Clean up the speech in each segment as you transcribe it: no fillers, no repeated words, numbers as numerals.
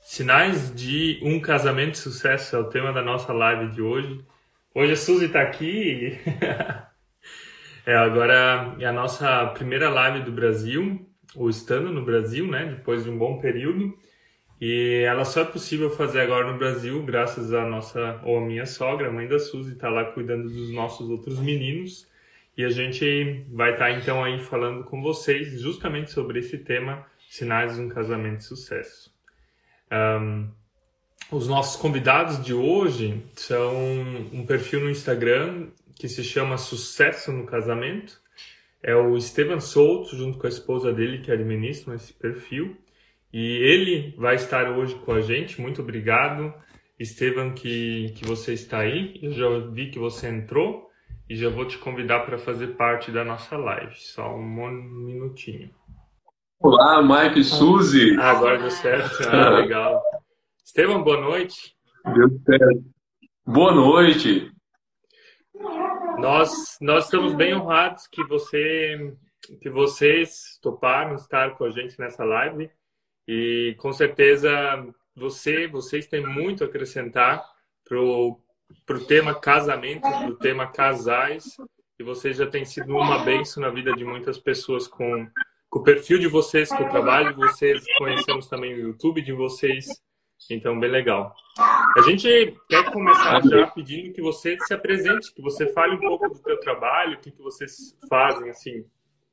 Sinais de um casamento de sucesso é o tema da nossa live de hoje. Hoje a Suzy está aqui. Agora é a nossa primeira live do Brasil, ou estando no Brasil, né? Depois de um bom período. E ela só é possível fazer agora no Brasil, graças à nossa, ou à minha sogra, a mãe da Suzy, está lá cuidando dos nossos outros meninos. E a gente vai estar então aí falando com vocês justamente sobre esse tema, sinais de um casamento de sucesso. Os nossos convidados de hoje são um perfil no Instagram que se chama Sucesso no Casamento. É o Estevam Souto, junto com a esposa dele, que administram esse perfil. E ele vai estar hoje com a gente. Muito obrigado, Estevam, que você está aí. Eu já vi que você entrou e já vou te convidar para fazer parte da nossa live. Só um minutinho. Olá, Mike e Suzy. Agora deu certo. Legal. Estevam, boa noite. Deu certo. Boa noite. Nós estamos bem honrados que vocês toparam estar com a gente nessa live e com certeza vocês têm muito a acrescentar pro tema casamento, pro tema casais, e vocês já têm sido uma bênção na vida de muitas pessoas com o perfil de vocês, com o trabalho de vocês. Conhecemos também o YouTube de vocês. Então, bem legal. A gente quer começar já pedindo que você se apresente, que você fale um pouco do seu trabalho, o que vocês fazem, assim.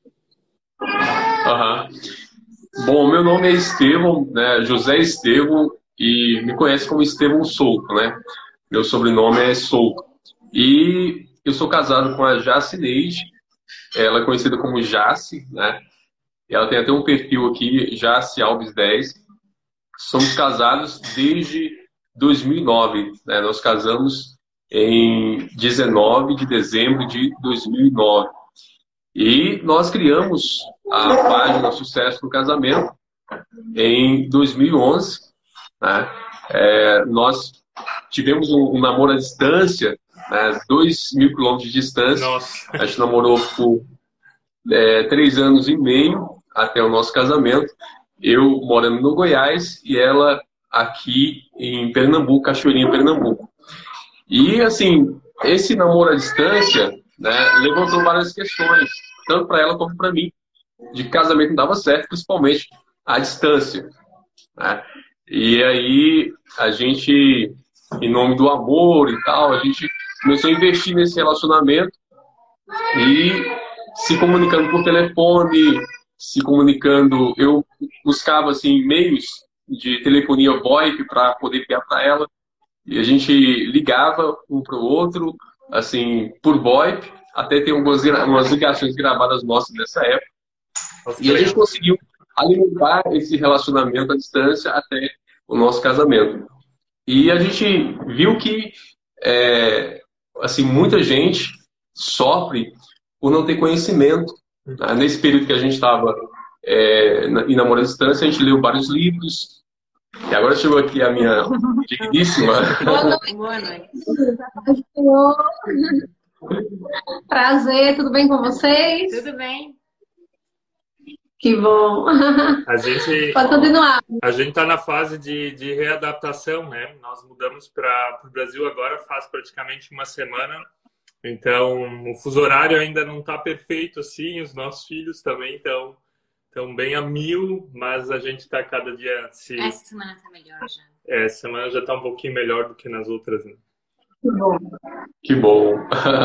Bom, meu nome é Estevam, né? José Estevam, e me conhece como Estevam Souto, né? Meu sobrenome é Souto. E eu sou casado com a Jacineide, ela é conhecida como Jace, né? E ela tem até um perfil aqui, Jace Alves 10. Somos casados desde 2009, né? Nós casamos em 19 de dezembro de 2009. E nós criamos a página Sucesso no Casamento em 2011. Né? Nós tivemos um namoro à distância, né? 2.000 quilômetros de distância. Nossa. A gente namorou por 3 anos e meio até o nosso casamento. Eu morando no Goiás e ela aqui em Pernambuco, Cachoeirinha, Pernambuco. E, assim, esse namoro à distância, né, levantou várias questões, tanto para ela quanto para mim, de que casamento não dava certo, principalmente à distância. Né? E aí, a gente, em nome do amor e tal, a gente começou a investir nesse relacionamento e se comunicando por telefone, se comunicando, eu buscava assim meios de telefonia VoIP para poder ligar para ela, e a gente ligava um para o outro, assim, por VoIP, até ter umas ligações gravadas nossas nessa época. E a gente conseguiu alimentar esse relacionamento à distância até o nosso casamento. E a gente viu que assim, muita gente sofre por não ter conhecimento. Nesse período que a gente estava em namoro à distância, a gente leu vários livros. E agora chegou aqui a minha digníssima. Boa noite. Prazer, tudo bem com vocês? Tudo bem. Que bom. Pode continuar. A gente está na fase de readaptação, né? Nós mudamos para o Brasil agora faz praticamente uma semana. Então, o fuso horário ainda não está perfeito assim, os nossos filhos também estão bem a 1000, mas a gente está cada dia se... Essa semana está melhor já. Essa semana já está um pouquinho melhor do que nas outras, né? Que bom. Que bom.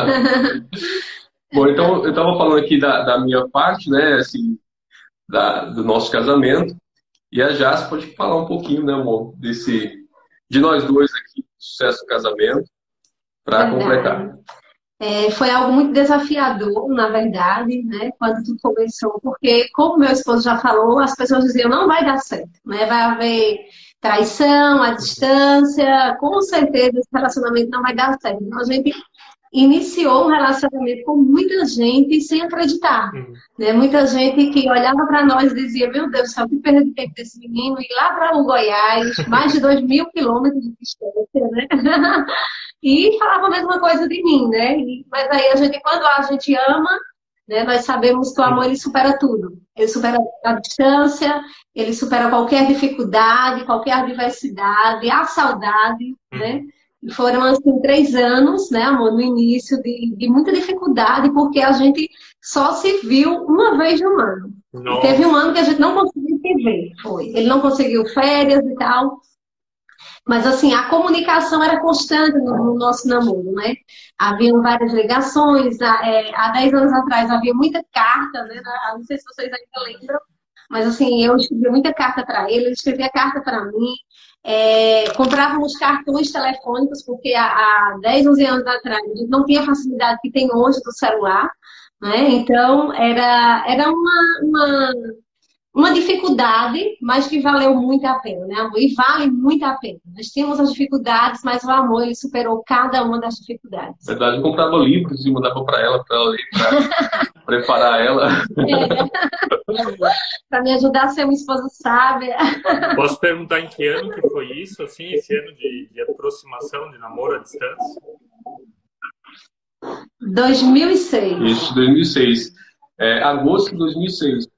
Bom, então, eu estava falando aqui da minha parte, né, assim, do nosso casamento, e a Jas pode falar um pouquinho, né, amor, de nós dois aqui, sucesso do casamento, para completar. Foi algo muito desafiador, na verdade, né, quando tudo começou, porque, como meu esposo já falou, as pessoas diziam, não vai dar certo, né, vai haver traição, à distância, com certeza esse relacionamento não vai dar certo. Então, a gente iniciou um relacionamento com muita gente sem acreditar, né, muita gente que olhava para nós e dizia, meu Deus do céu, que perda de tempo desse menino, ir lá para o Goiás, mais de 2.000 quilômetros de distância, né? E falava a mesma coisa de mim, né? Mas aí quando a gente ama, né, nós sabemos que o amor ele supera tudo. Ele supera a distância, ele supera qualquer dificuldade, qualquer adversidade, a saudade, né? E foram, assim, 3 anos, né, amor, no início de muita dificuldade, porque a gente só se viu uma vez no ano. E teve um ano que a gente não conseguiu se ver, foi. Ele não conseguiu férias e tal. Mas, assim, a comunicação era constante no nosso namoro, né? Haviam várias ligações. Há 10 anos atrás havia muita carta, né? Não sei se vocês ainda lembram, mas, assim, eu escrevia muita carta para ele escrevia carta para mim. Comprávamos cartões telefônicos, porque há 10, 11 anos atrás a gente não tinha a facilidade que tem hoje do celular, né? Então, era uma dificuldade, mas que valeu muito a pena, né, amor? E vale muito a pena. Nós tínhamos as dificuldades, mas o amor, ele superou cada uma das dificuldades. Na verdade, eu comprava livros e mandava para ela ler, para preparar ela. Para me ajudar a ser uma esposa sábia. Posso perguntar em que ano que foi isso, assim, esse ano de aproximação, de namoro à distância? 2006. Isso, 2006. Agosto de 2006.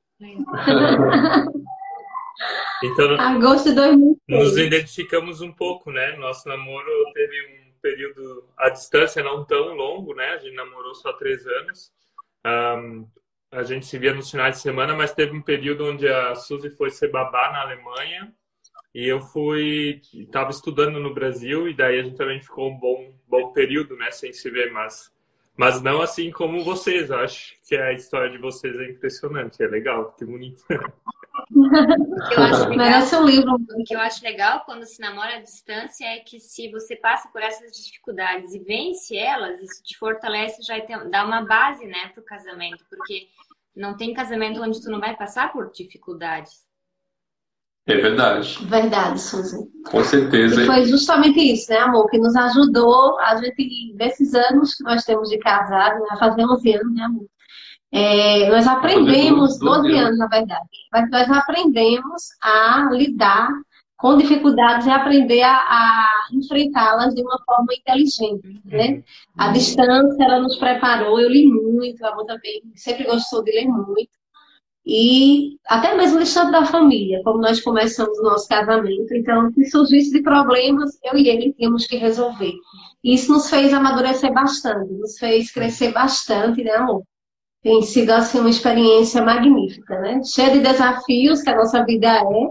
Então, agosto de 2006. Nos identificamos um pouco, né? Nosso namoro teve um período à distância não tão longo, né? A gente namorou só 3 anos. A gente se via nos finais de semana, mas teve um período onde a Suzy foi ser babá na Alemanha e eu estava estudando no Brasil, e daí a gente também ficou um bom período, né? Sem se ver, mas não assim como vocês. Eu acho que a história de vocês é impressionante, é legal, que bonito. Merece um livro. O que eu acho legal quando se namora à distância é que se você passa por essas dificuldades e vence elas, isso te fortalece, já dá uma base, né, para o casamento, porque não tem casamento onde tu não vai passar por dificuldades. É verdade. Verdade, Suzy. Com certeza. E foi justamente isso, né, amor, que nos ajudou, a gente, nesses anos que nós temos de casado, vai fazer 11 anos, né, amor? Nós aprendemos, 12 anos, na verdade, mas nós aprendemos a lidar com dificuldades e aprender a enfrentá-las de uma forma inteligente, né? A distância, ela nos preparou, eu li muito, a amor também sempre gostou de ler muito. E até mesmo distante da família, como nós começamos o nosso casamento. Então, se surgisse de problemas, eu e ele tínhamos que resolver. E isso nos fez amadurecer bastante, nos fez crescer bastante, né, amor? Tem sido, assim, uma experiência magnífica, né? Cheia de desafios, que a nossa vida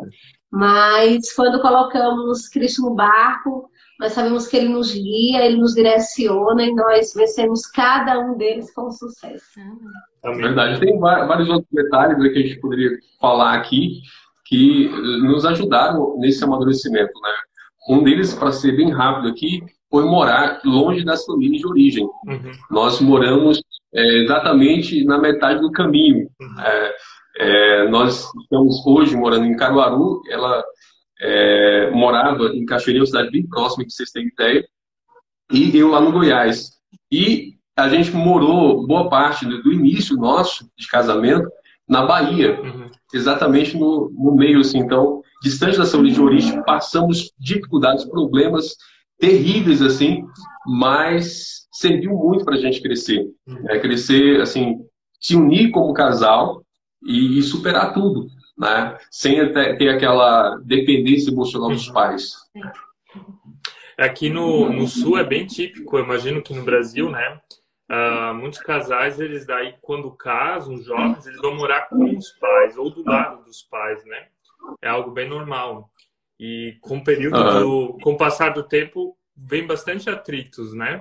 mas quando colocamos Cristo no barco, nós sabemos que Ele nos guia, Ele nos direciona e nós vencemos cada um deles com sucesso. É verdade. Tem vários outros detalhes que a gente poderia falar aqui que nos ajudaram nesse amadurecimento, né? Um deles, para ser bem rápido aqui, foi morar longe das famílias de origem. Nós moramos exatamente na metade do caminho. Nós estamos hoje morando em Caruaru, ela morava em Cachoeirinha, uma cidade bem próxima, que vocês têm ideia, e eu lá no Goiás. E a gente morou boa parte do início nosso de casamento na Bahia, exatamente no meio, assim. Então, distante da família de origem, passamos dificuldades, problemas terríveis, assim, mas serviu muito para a gente crescer. Crescer, assim, se unir como casal e superar tudo, né? Sem ter aquela dependência emocional dos pais. Aqui no Sul é bem típico, eu imagino que no Brasil, né? Muitos casais, eles daí, quando casam, jovens, eles vão morar com os pais ou do lado dos pais, né? É algo bem normal. E com o passar do tempo, vem bastante atritos, né?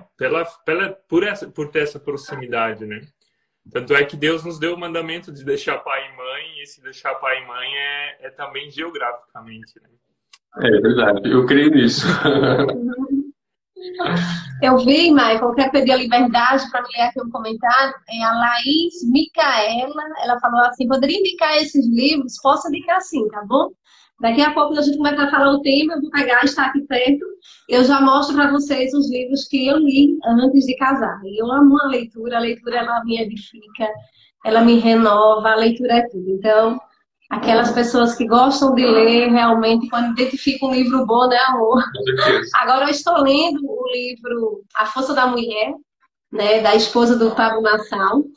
Por ter essa proximidade, né? Tanto é que Deus nos deu o mandamento de deixar pai e mãe, e esse deixar pai e mãe é também geograficamente, né? É verdade, eu creio nisso. Eu vi, Michael, quer pedir a liberdade para me ler aqui um comentário. A Laís Micaela, ela falou assim: poderia indicar esses livros? Posso indicar sim, tá bom? Daqui a pouco a gente começa a falar o tema, eu vou pegar, está aqui perto. Eu já mostro para vocês os livros que eu li antes de casar. E eu amo a leitura ela me edifica, ela me renova, a leitura é tudo. Então, aquelas pessoas que gostam de ler, realmente, quando identificam um livro bom, né, amor? Agora eu estou lendo o livro A Força da Mulher, né, da esposa do Pablo Marçal.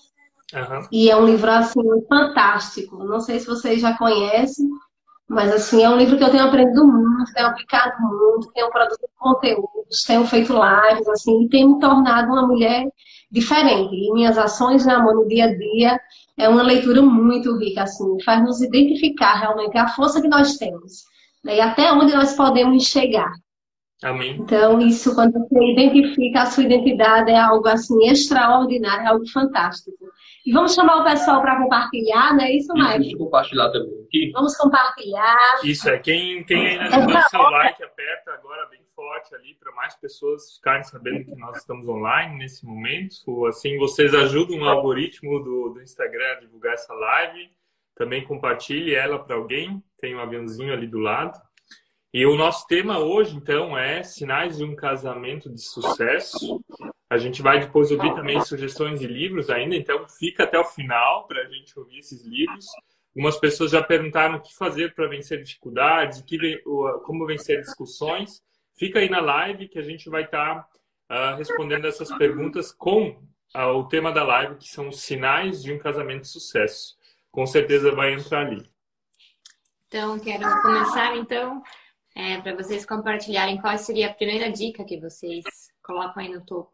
Aham. E é um livro, assim, fantástico. Não sei se vocês já conhecem, mas, assim, é um livro que eu tenho aprendido muito, tenho aplicado muito, tenho produzido conteúdos, tenho feito lives, assim, e tenho me tornado uma mulher diferente. E minhas ações de amor no dia a dia é uma leitura muito rica, assim, faz nos identificar realmente a força que nós temos, né, e até onde nós podemos chegar. Amém. Então, isso, quando você identifica a sua identidade, é algo, assim, extraordinário, é algo fantástico. E vamos chamar o pessoal para compartilhar, não é isso, Deixa Mike? eu compartilhar também aqui. Vamos compartilhar. Isso é, quem ainda não deixou seu like, aperta agora bem forte ali para mais pessoas ficarem sabendo que nós estamos online nesse momento. Assim, vocês ajudam o algoritmo do Instagram a divulgar essa live. Também compartilhe ela para alguém. Tem um aviãozinho ali do lado. E o nosso tema hoje, então, é sinais de um casamento de sucesso. A gente vai depois ouvir também sugestões de livros ainda, então fica até o final para a gente ouvir esses livros. Algumas pessoas já perguntaram o que fazer para vencer dificuldades, como vencer discussões. Fica aí na live que a gente vai estar respondendo essas perguntas com o tema da live, que são os sinais de um casamento de sucesso. Com certeza vai entrar ali. Então, quero começar, então, para vocês compartilharem qual seria a primeira dica que vocês colocam aí no topo.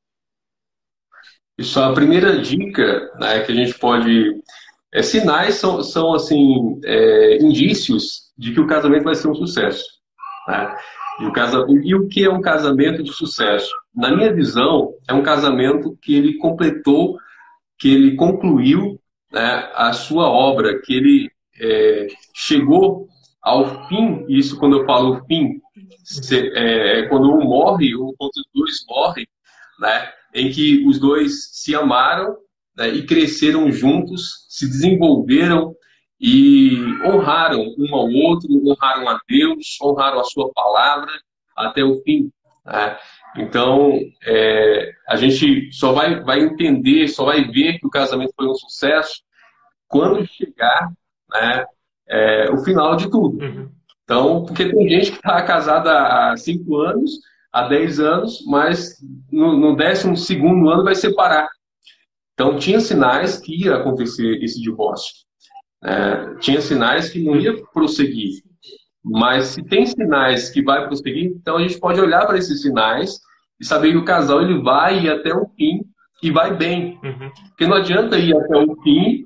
Isso, a primeira dica, né, que a gente pode... sinais são assim, indícios de que o casamento vai ser um sucesso. Né? E o que é um casamento de sucesso? Na minha visão, é um casamento que ele completou, que ele concluiu, né, a sua obra, que ele chegou ao fim. Isso, quando eu falo fim, quando um morre, ou quando os dois morrem, né, em que os dois se amaram, né, e cresceram juntos, se desenvolveram e honraram um ao outro, honraram a Deus, honraram a sua palavra até o fim. Né? Então, a gente só vai entender, só vai ver que o casamento foi um sucesso quando chegar, né, o final de tudo. Uhum. Então, porque tem gente que está casada há 5 anos, há 10 anos, mas no 12º ano vai separar. Então, tinha sinais que ia acontecer esse divórcio. Tinha sinais que não ia prosseguir. Mas se tem sinais que vai prosseguir, então a gente pode olhar para esses sinais e saber que o casal ele vai ir até o fim e vai bem. Uhum. Porque não adianta ir até o fim,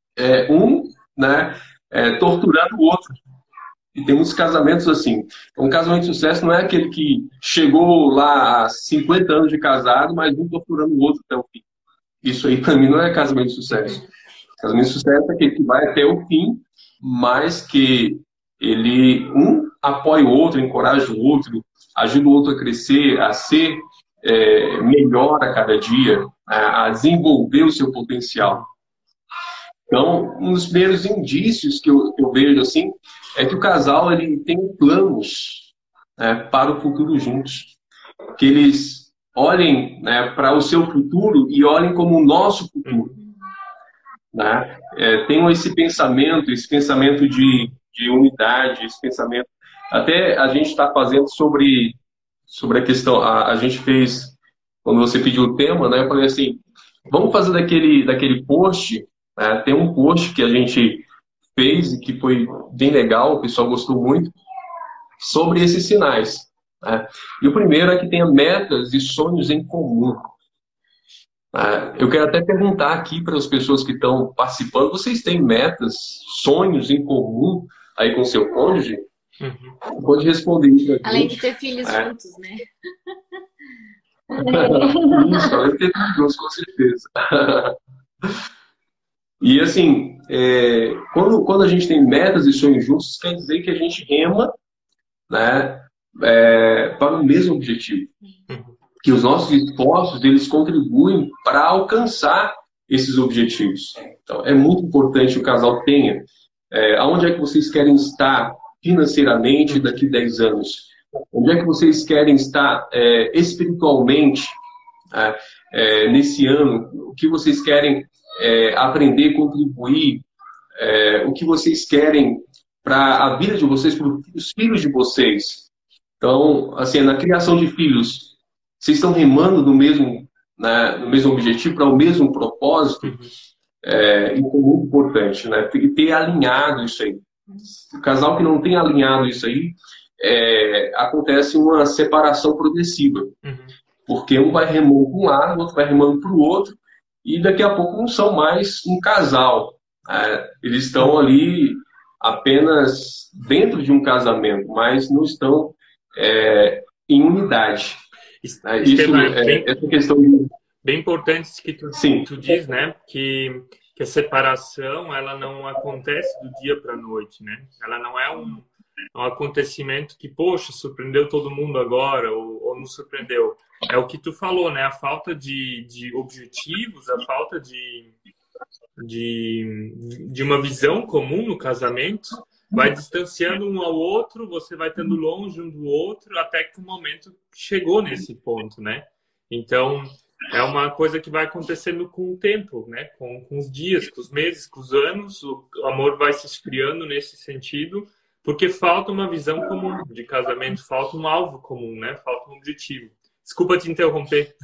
né, torturando o outro. E tem muitos casamentos assim. Um casamento de sucesso não é aquele que chegou lá há 50 anos de casado, mas um torturando o outro até o fim. Isso aí, para mim, não é casamento de sucesso. Casamento de sucesso é aquele que vai até o fim, mas que ele, apoia o outro, encoraja o outro, ajuda o outro a crescer, a ser melhor a cada dia, a desenvolver o seu potencial. Então, um dos primeiros indícios que eu vejo assim é que o casal ele tem planos, né, para o futuro juntos. Que eles olhem, né, para o seu futuro e olhem como o nosso futuro. Né? Tenham esse pensamento de unidade, esse pensamento. Até a gente está fazendo sobre a questão, a gente fez, quando você pediu o tema, né, eu falei assim, vamos fazer daquele post, né, tem um post que a gente fez e que foi bem legal, o pessoal gostou muito, sobre esses sinais. Né? E o primeiro é que tenha metas e sonhos em comum. Eu quero até perguntar aqui para as pessoas que estão participando, vocês têm metas, sonhos em comum aí com seu cônjuge? Uhum. Pode responder isso. Além de ter filhos juntos, né? Isso, além de ter filhos juntos, com certeza. E assim, quando a gente tem metas e sonhos juntos, quer dizer que a gente rema, né, para o mesmo objetivo. Que os nossos esforços eles contribuem para alcançar esses objetivos. Então, é muito importante que o casal tenha. Aonde é que vocês querem estar financeiramente daqui a 10 anos? Onde é que vocês querem estar espiritualmente nesse ano? O que vocês querem aprender, contribuir? O que vocês querem para a vida de vocês, para os filhos de vocês? Então, assim, na criação de filhos, vocês estão remando no mesmo objetivo, para o mesmo propósito? Isso é muito importante, né? Tem que ter alinhado isso aí. O casal que não tem alinhado isso aí, acontece uma separação progressiva. Porque um vai remando para um lado, o outro vai remando para o outro, e daqui a pouco não são mais um casal. Eles estão ali apenas dentro de um casamento, mas não estão em unidade. Essa questão bem importante que tu diz, né? Que a separação ela não acontece do dia para a noite, né? Ela não é um acontecimento que, poxa, surpreendeu todo mundo agora ou não surpreendeu. É o que tu falou, né? A falta de objetivos, a falta de uma visão comum no casamento vai distanciando um ao outro, você vai estando longe um do outro, até que o momento chegou nesse ponto, né? Então, é uma coisa que vai acontecendo com o tempo, né? Com os dias, com os meses, com os anos, o amor vai se esfriando nesse sentido, porque falta uma visão comum de casamento, falta um alvo comum, né? Falta um objetivo. Desculpa te interromper.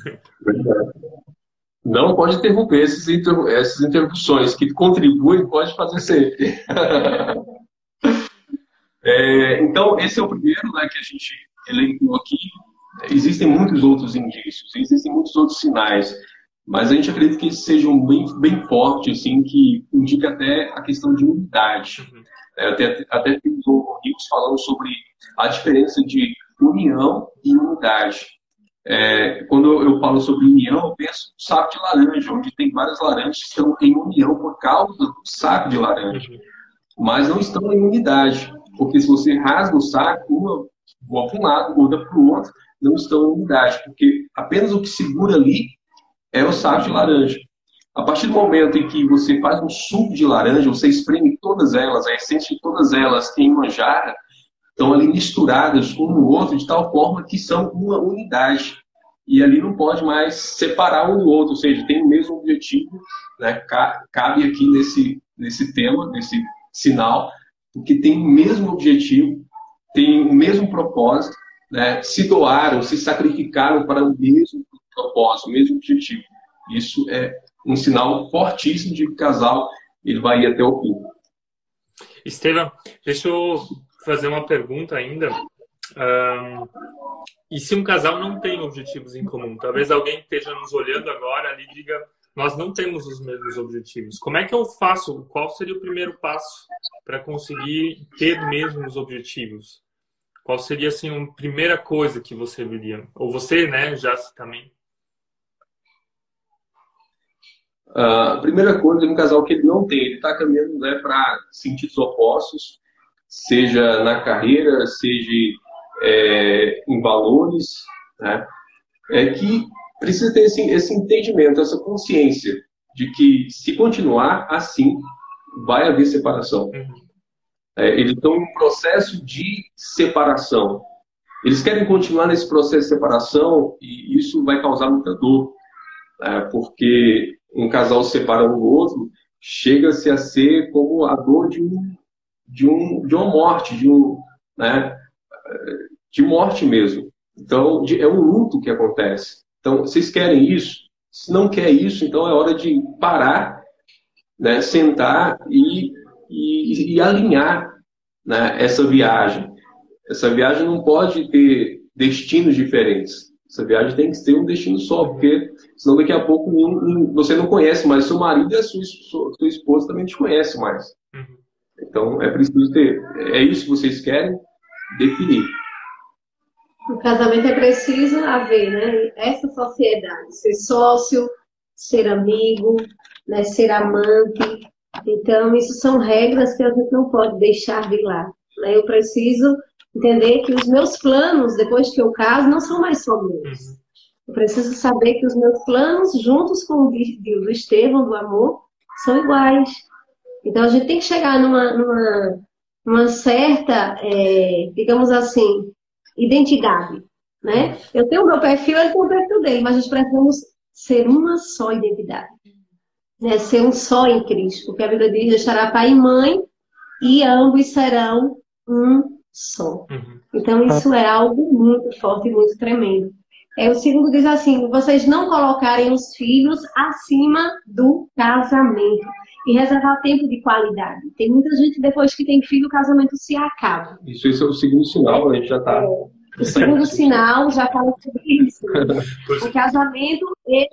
Não pode interromper essas interrupções que contribuem, pode fazer sempre. Então, esse é o primeiro, né, que a gente elencou aqui. Existem muitos outros indícios, existem muitos outros sinais, mas a gente acredita que esses sejam bem fortes, assim, que indica até a questão de unidade. Até tem o Ricos falando sobre a diferença de união e unidade. Quando eu falo sobre união, eu penso no saco de laranja, onde tem várias laranjas que estão em união por causa do saco de laranja, mas não estão em unidade, porque se você rasga o saco, uma voa para um lado, outra para o outro, não estão em unidade, porque apenas o que segura ali é o saco de laranja. A partir do momento em que você faz um suco de laranja, você espreme todas elas, a essência de todas elas em uma jarra, estão ali misturadas um no outro de tal forma que são uma unidade. E ali não pode mais separar um do outro, ou seja, tem o mesmo objetivo, né? Cabe aqui nesse tema, nesse sinal, porque tem o mesmo objetivo, tem o mesmo propósito, né? Se doaram, se sacrificaram para o mesmo propósito, o mesmo objetivo. Isso é um sinal fortíssimo de que o casal ele vai ir até o fim. Estevam, deixa eu fazer uma pergunta ainda. E se um casal não tem objetivos em comum? Talvez alguém esteja nos olhando agora e diga, nós não temos os mesmos objetivos. Como é que eu faço? Qual seria o primeiro passo para conseguir ter os mesmos objetivos? Qual seria, assim, a primeira coisa que você viria? Ou você, né, já também? A primeira coisa é um casal que ele não tem, ele está caminhando, né, para sentidos opostos, seja na carreira, seja em valores, né, que precisa ter esse entendimento, essa consciência de que se continuar assim, vai haver separação. Eles estão em um processo de separação. Eles querem continuar nesse processo de separação e isso vai causar muita dor, porque um casal se separando do outro chega-se a ser como a dor de uma morte, de morte mesmo. Então, é um luto que acontece. Então, vocês querem isso? Se não quer isso, então é hora de parar, né, sentar e alinhar, né, essa viagem. Essa viagem não pode ter destinos diferentes. Essa viagem tem que ser um destino só, porque senão daqui a pouco você não conhece mais seu marido e a sua esposa também te conhece mais. Então, é preciso ter. É isso que vocês querem? Definir. O casamento é preciso haver, né? Essa sociedade, ser sócio, ser amigo, né? Ser amante. Então, isso são regras que a gente não pode deixar de lado, né? Eu preciso entender que os meus planos, depois que eu caso, não são mais só meus. Eu preciso saber que os meus planos, juntos com o do Estevam, do amor, são iguais. Então, a gente tem que chegar numa certa, digamos assim, identidade, né? Eu tenho o meu perfil, ele tem o perfil dele, mas nós precisamos ser uma só identidade, né? Ser um só em Cristo, porque a Bíblia diz, deixará pai e mãe e ambos serão um só. Então isso é algo muito forte e muito tremendo. O segundo diz assim, vocês não colocarem os filhos acima do casamento e reservar tempo de qualidade. Tem muita gente, depois que tem filho, o casamento se acaba. Isso é o segundo sinal, a gente já está... O segundo sinal já fala sobre isso. O casamento,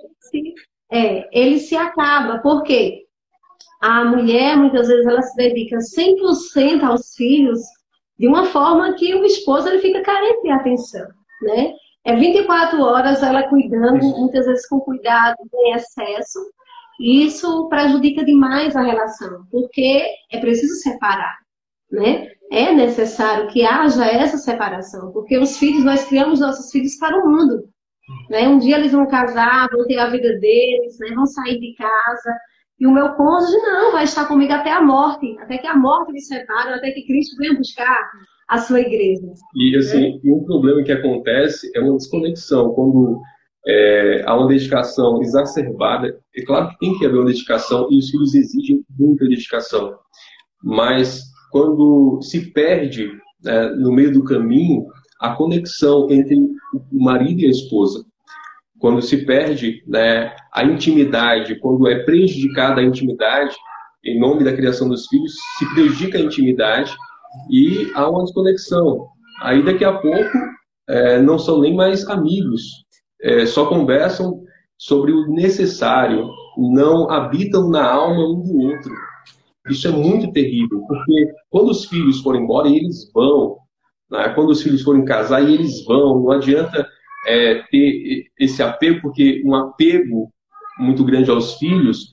ele se acaba. Por quê? A mulher, muitas vezes, ela se dedica 100% aos filhos de uma forma que o esposo ele fica carente de atenção, né? 24 horas ela cuidando, muitas vezes com cuidado, em excesso. E isso prejudica demais a relação, porque é preciso separar, né? É necessário que haja essa separação, porque os filhos, nós criamos nossos filhos para o mundo, né? Um dia eles vão casar, vão ter a vida deles, né? Vão sair de casa, e o meu cônjuge não, vai estar comigo até a morte, até que a morte me separe, até que Cristo venha buscar a sua igreja. E assim, um problema que acontece é uma desconexão, quando há uma dedicação exacerbada. É claro que tem que haver uma dedicação, e os filhos exigem muita dedicação, mas quando se perde, no meio do caminho, a conexão entre o marido e a esposa, quando se perde, né, a intimidade, quando é prejudicada a intimidade, em nome da criação dos filhos, se prejudica a intimidade e há uma desconexão. Aí daqui a pouco não são nem mais amigos, só conversam sobre o necessário, não habitam na alma um do outro. Isso é muito terrível, porque quando os filhos forem embora, e eles vão, né? Quando os filhos forem casar, e eles vão, não adianta ter esse apego, porque um apego muito grande aos filhos,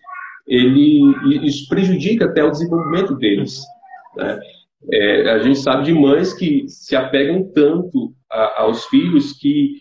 isso prejudica até o desenvolvimento deles, né? A gente sabe de mães que se apegam tanto aos filhos que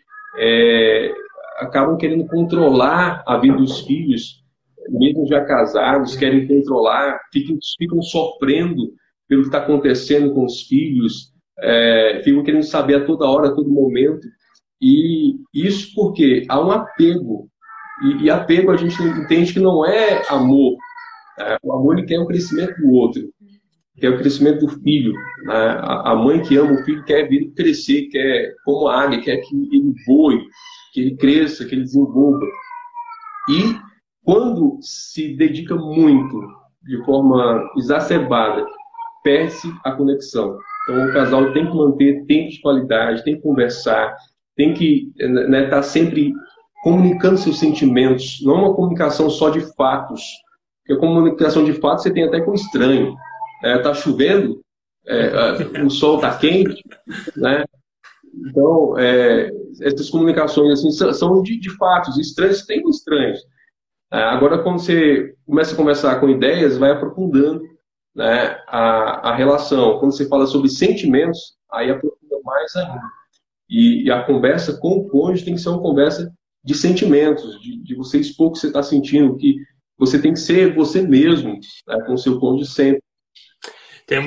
acabam querendo controlar a vida dos filhos, mesmo já casados, querem controlar, ficam sofrendo pelo que está acontecendo com os filhos, ficam querendo saber a toda hora, a todo momento. E isso porque há um apego. E apego a gente entende que não é amor. O amor ele quer o crescimento do outro, quer o crescimento do filho. A mãe que ama o filho quer ver ele crescer, quer, como a águia, quer que ele voe, que ele cresça, que ele desenvolva. E quando se dedica muito, de forma exacerbada, perde-se a conexão. Então, o casal tem que manter tempo de qualidade, tem que conversar, tem que estar sempre comunicando seus sentimentos, não uma comunicação só de fatos. Porque a comunicação de fatos você tem até com o estranho. Está chovendo, o sol está quente, né? Então, essas comunicações assim, são de fatos, estranhos tem com estranhos. Agora, quando você começa a conversar com ideias, vai aprofundando, né, a relação. Quando você fala sobre sentimentos, aí aprofunda mais ainda. E a conversa com o cônjuge tem que ser uma conversa de sentimentos, de você expor o que você está sentindo, que você tem que ser você mesmo, né, com o seu cônjuge sempre. Tem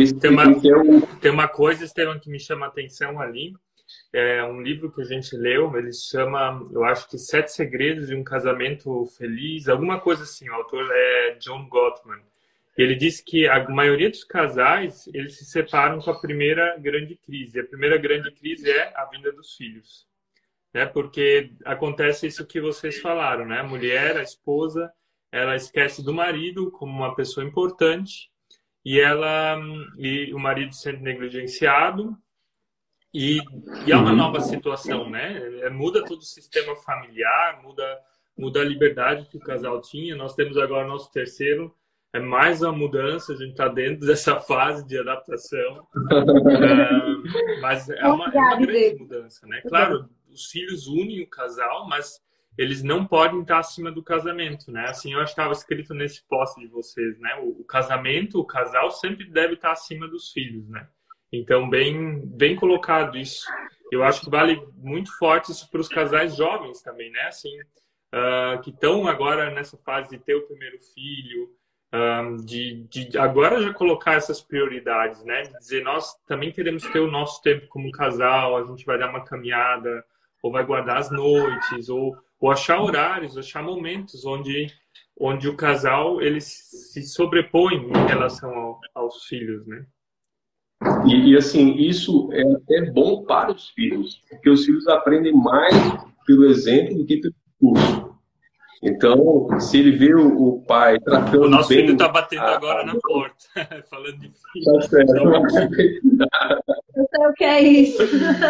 uma coisa, Estevam, que me chama a atenção ali. É um livro que a gente leu, ele chama, eu acho que 7 Segredos de um Casamento Feliz, alguma coisa assim. O autor é John Gottman. Ele diz que a maioria dos casais, eles se separam com a primeira grande crise. A primeira grande crise é a vinda dos filhos, né? Porque acontece isso que vocês falaram, né? A mulher, a esposa, ela esquece do marido como uma pessoa importante e o marido sendo negligenciado. E é uma nova situação, né? Muda todo o sistema familiar, muda a liberdade que o casal tinha. Nós temos agora nosso terceiro, é mais uma mudança, a gente está dentro dessa fase de adaptação. Mas é uma grande mudança, né? Claro, os filhos unem o casal, mas eles não podem estar acima do casamento, né? Assim, eu acho que estava escrito nesse post de vocês, né? O casamento, o casal sempre deve estar acima dos filhos, né? Então, bem colocado isso. Eu acho que vale muito forte isso para os casais jovens também, né? Assim, que estão agora nessa fase de ter o primeiro filho, de agora já colocar essas prioridades, né? De dizer, nós também queremos ter o nosso tempo como casal, a gente vai dar uma caminhada, ou vai guardar as noites, ou achar horários, achar momentos onde o casal ele se sobrepõe em relação aos filhos, né? E assim, isso é até bom para os filhos, porque os filhos aprendem mais pelo exemplo do que pelo discurso. Então, se ele vê o pai O tratando nosso bem... filho está batendo agora na porta, falando de filho. Tá certo. Só um minutinho. Eu sei o que é isso.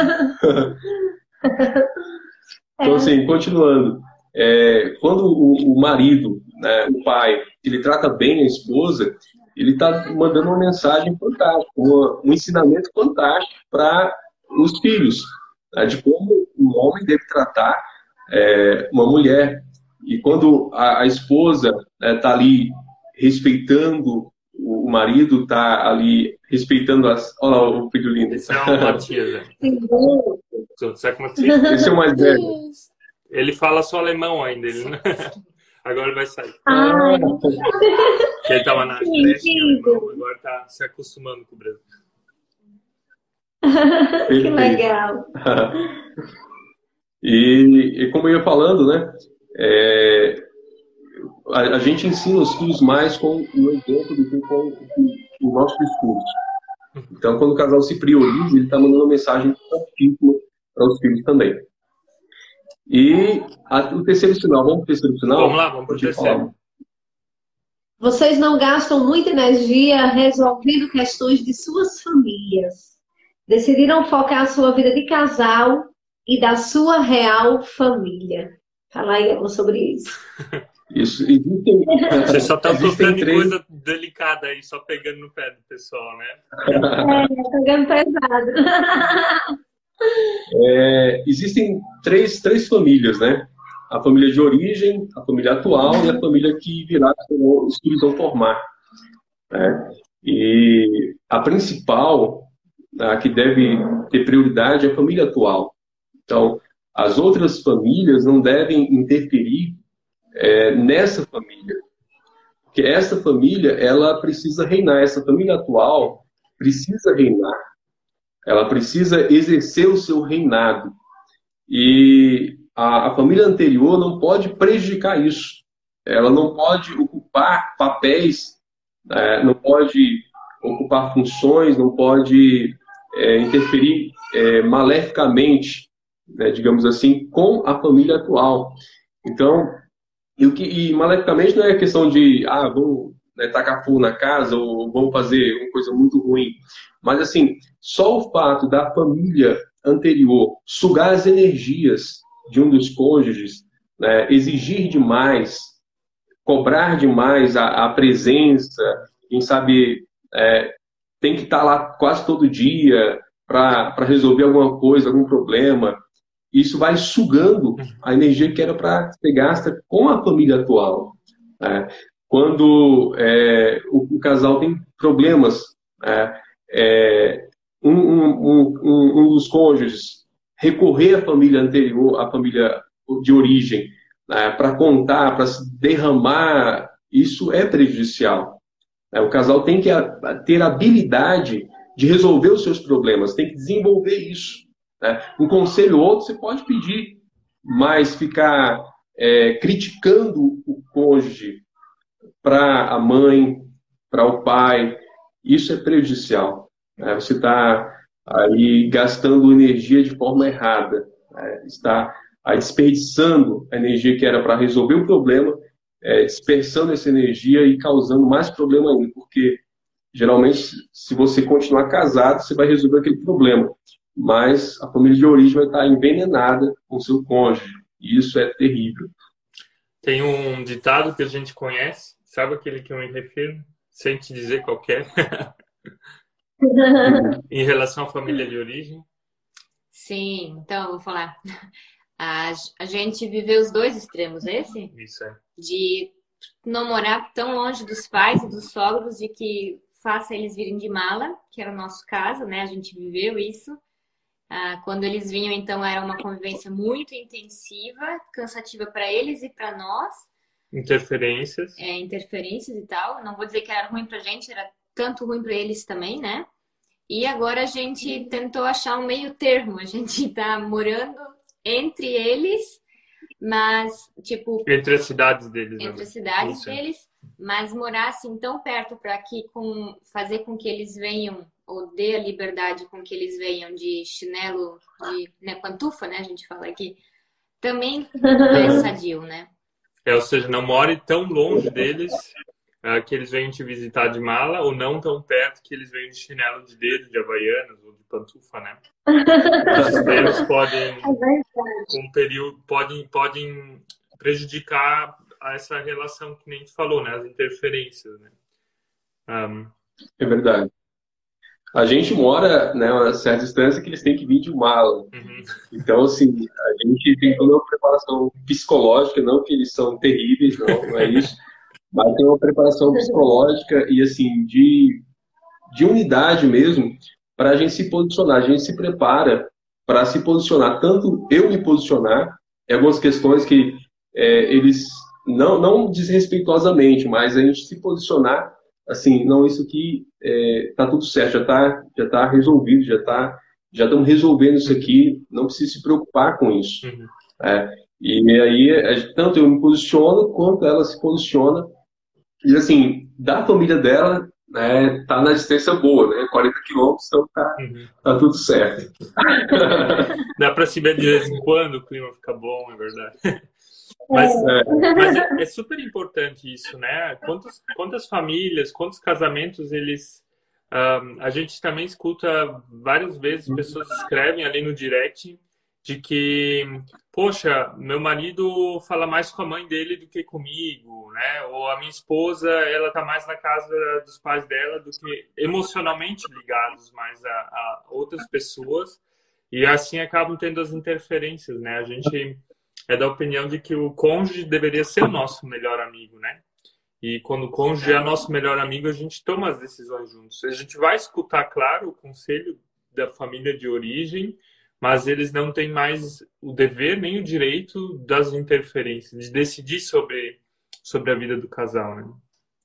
Então, assim, continuando. Quando o marido, né, o pai, ele trata bem a esposa, ele está mandando uma mensagem fantástica, um ensinamento fantástico para os filhos, né, de como um homem deve tratar uma mulher. E quando a esposa está ali respeitando o marido, está ali respeitando as... Olha lá o filho lindo. Esse é o Matias, né? Sabe como assim? Esse é o mais velho. Ele fala só alemão ainda. Ele não... Agora ele vai sair. Ai, Ele estava na creche em alemão, agora está se acostumando com o Brasil. que legal. E como eu ia falando, né? A gente ensina os filhos mais com o exemplo do que com o nosso discurso. Então, quando o casal se prioriza, ele está mandando uma mensagem fortíssima para os filhos também. E o terceiro sinal, vamos para o terceiro sinal? Vamos lá, vamos para o terceiro. Vocês não gastam muita energia resolvendo questões de suas famílias. Decidiram focar a sua vida de casal e da sua real família. Fala aí sobre isso. Isso, existem... Você só está tocando três... coisa delicada aí, só pegando no pé do pessoal, né? Pegando pesado. Existem três famílias, né? A família de origem, a família atual e a família que virá, os filhos vão formar. Né? E a principal, a que deve ter prioridade, é a família atual. Então, as outras famílias não devem interferir nessa família. Porque essa família, ela precisa reinar. Essa família atual precisa reinar. Ela precisa exercer o seu reinado. E a família anterior não pode prejudicar isso. Ela não pode ocupar papéis, não pode ocupar funções, não pode interferir maleficamente, né, digamos assim, com a família atual. Então, e maleficamente não é questão de vamos tacar fogo na casa ou vamos fazer uma coisa muito ruim. Mas, assim, só o fato da família anterior sugar as energias de um dos cônjuges, né, exigir demais, cobrar demais a presença, quem sabe tem que estar lá quase todo dia para resolver alguma coisa, algum problema. Isso vai sugando a energia que era para ser gasta com a família atual. Né? Quando o casal tem problemas, um dos cônjuges recorrer à família anterior, à família de origem, para contar, para se derramar, isso é prejudicial. O casal tem que ter habilidade de resolver os seus problemas, tem que desenvolver isso. Um conselho ou outro você pode pedir, mas ficar criticando o cônjuge para a mãe, para o pai, isso é prejudicial. Você está aí gastando energia de forma errada, está aí desperdiçando a energia que era para resolver o problema, dispersando essa energia e causando mais problema ainda, porque geralmente se você continuar casado, você vai resolver aquele problema. Mas a família de origem vai estar envenenada com seu cônjuge. E isso é terrível. Tem um ditado que a gente conhece, sabe aquele que eu me refiro? Sem te dizer qual que é. Em relação à família de origem? Sim, então, vou falar. A gente viveu os dois extremos, esse? Isso é. De não morar tão longe dos pais e dos sogros, de que faça eles virem de mala, que era o nosso caso, né? A gente viveu isso. Quando eles vinham, então, era uma convivência muito intensiva, cansativa para eles e para nós. Interferências. Interferências e tal. Não vou dizer que era ruim pra gente, era tanto ruim para eles também, né? E agora a gente tentou achar um meio termo. A gente tá morando entre eles, mas, tipo... Entre as cidades deles. Entre as cidades deles, mas morar assim tão perto para fazer com que eles venham, ou dê a liberdade com que eles venham de chinelo, de pantufa, né? A gente fala aqui, também não é sadio, né? Ou seja, não more tão longe deles que eles venham te visitar de mala, ou não tão perto que eles venham de chinelo de dedo, de havaianas ou de pantufa, né? Os extremos podem, com o período, podem prejudicar essa relação que nem tu falou, né? As interferências, né? É verdade. A gente mora, né, a certa distância que eles têm que vir de mala. Então, assim, a gente tem toda uma preparação psicológica, não que eles são terríveis, não é isso, mas tem uma preparação psicológica e, assim, de unidade mesmo, para a gente se posicionar. A gente se prepara para se posicionar, tanto eu me posicionar em algumas questões que eles, não desrespeitosamente, mas a gente se posicionar assim, não, isso aqui tá tudo certo, já tá resolvido, já estamos resolvendo isso aqui, não precisa se preocupar com isso. E aí, tanto eu me posiciono, quanto ela se posiciona, e assim, da família dela, né, tá na distância boa, né, 40 quilômetros, então tá tudo certo. Dá para se ver de vez em quando, o clima fica bom, é verdade. Mas é super importante isso, né? Quantas famílias, quantos casamentos eles... a gente também escuta várias vezes, pessoas escrevem ali no direct de que, poxa, meu marido fala mais com a mãe dele do que comigo, né? Ou a minha esposa, ela tá mais na casa dos pais dela do que emocionalmente ligados mais a outras pessoas. E assim acabam tendo as interferências, né? A gente é da opinião de que o cônjuge deveria ser o nosso melhor amigo, né? E quando o cônjuge é nosso melhor amigo, a gente toma as decisões juntos. A gente vai escutar, claro, o conselho da família de origem, mas eles não têm mais o dever nem o direito das interferências, de decidir sobre a vida do casal, né?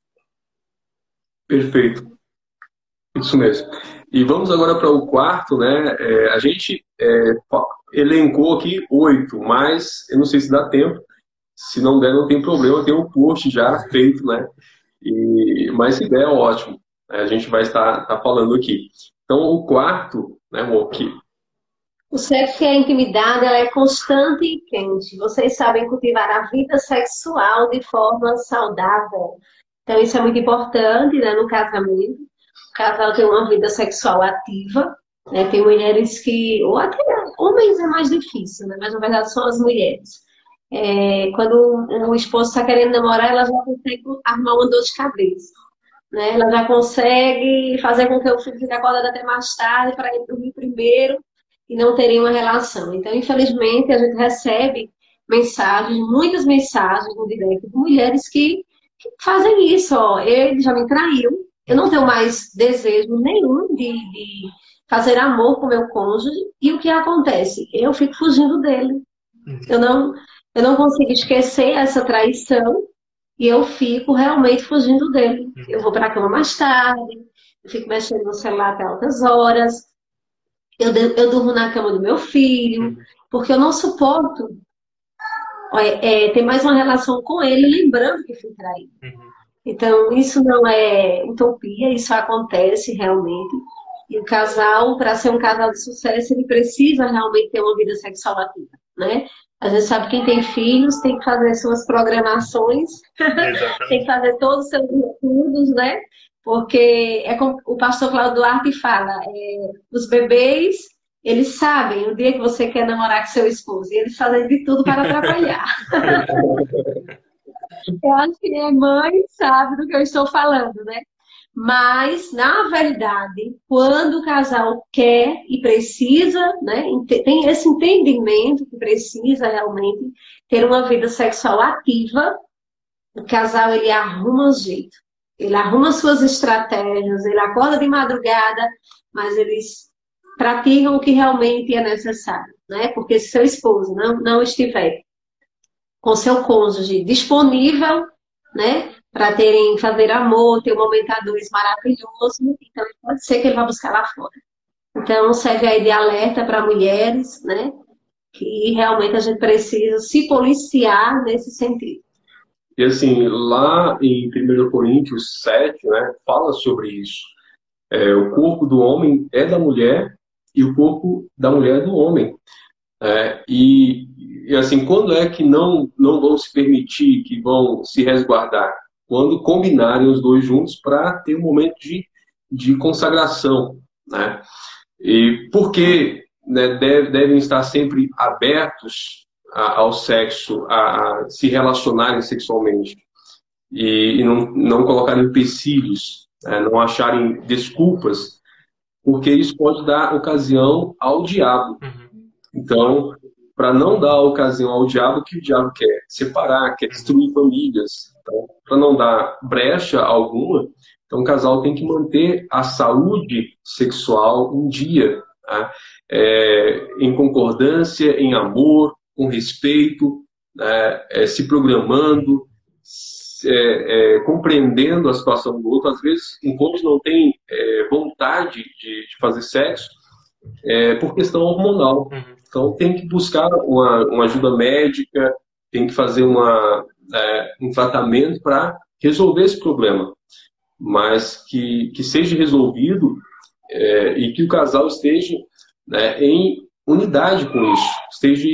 Perfeito. Isso mesmo. E vamos agora para o quarto, né? A gente elencou aqui 8, mas eu não sei se dá tempo. Se não der, não tem problema, tem um post já feito, né? Mas se der, é ótimo. A gente vai estar falando aqui. Então, o quarto, né, amor, que... O sexo e a intimidade, ela é constante e quente. Vocês sabem cultivar a vida sexual de forma saudável. Então, isso é muito importante, né, no casamento. O casal tem uma vida sexual ativa, né? Tem mulheres que... Ou até homens é mais difícil, né? Mas, na verdade, são as mulheres. Quando o esposo está querendo namorar, ela já consegue arrumar uma dor de cabeça, né? Ela já consegue fazer com que o filho fique acordado até mais tarde para ele dormir primeiro e não terem uma relação. Então, infelizmente, a gente recebe mensagens, muitas mensagens no direct de mulheres que fazem isso. Ó, ele já me traiu, eu não tenho mais desejo nenhum de fazer amor com meu cônjuge, e o que acontece? Eu fico fugindo dele. Eu não consigo esquecer essa traição e eu fico realmente fugindo dele. Eu vou para a cama mais tarde, eu fico mexendo no celular até altas horas, eu durmo na cama do meu filho, porque eu não suporto ter mais uma relação com ele, lembrando que fui traído. Então, isso não é utopia, isso acontece realmente. E o casal, para ser um casal de sucesso, ele precisa realmente ter uma vida sexual ativa, né? A gente sabe que quem tem filhos tem que fazer suas programações, tem que fazer todos os seus estudos, né? Porque é como o pastor Cláudio Duarte fala, os bebês, eles sabem o dia que você quer namorar com seu esposo, e eles fazem de tudo para atrapalhar. Eu acho que a mãe sabe do que eu estou falando, né? Mas, na verdade, quando o casal quer e precisa, né, tem esse entendimento que precisa realmente ter uma vida sexual ativa, o casal, ele arruma o jeito. Ele arruma suas estratégias, ele acorda de madrugada, mas eles praticam o que realmente é necessário, né? Porque se seu esposo não estiver com seu cônjuge disponível, né, para fazer amor, ter um momento a dois maravilhoso, então pode ser que ele vá buscar lá fora. Então serve aí de alerta para mulheres, né, que realmente a gente precisa se policiar nesse sentido. E assim, lá em 1 Coríntios 7, né, fala sobre isso. O corpo do homem é da mulher e o corpo da mulher é do homem. E E assim, quando é que não vão se permitir, que vão se resguardar? Quando combinarem os dois juntos para ter um momento de consagração, né? E por que, né, devem estar sempre abertos ao sexo, a se relacionarem sexualmente e não colocarem empecilhos, né, não acharem desculpas, porque isso pode dar ocasião ao diabo. Então, para não dar ocasião ao diabo, o que o diabo quer? Separar, quer destruir famílias. Então, para não dar brecha alguma, então o casal tem que manter a saúde sexual em dia, tá? Em concordância, em amor, com respeito, né? Se programando, compreendendo a situação do outro. Às vezes, um cônjuge não tem vontade de fazer sexo por questão hormonal. Então, tem que buscar uma ajuda médica, tem que fazer um tratamento para resolver esse problema. Mas que seja resolvido e que o casal esteja, né, em unidade com isso, esteja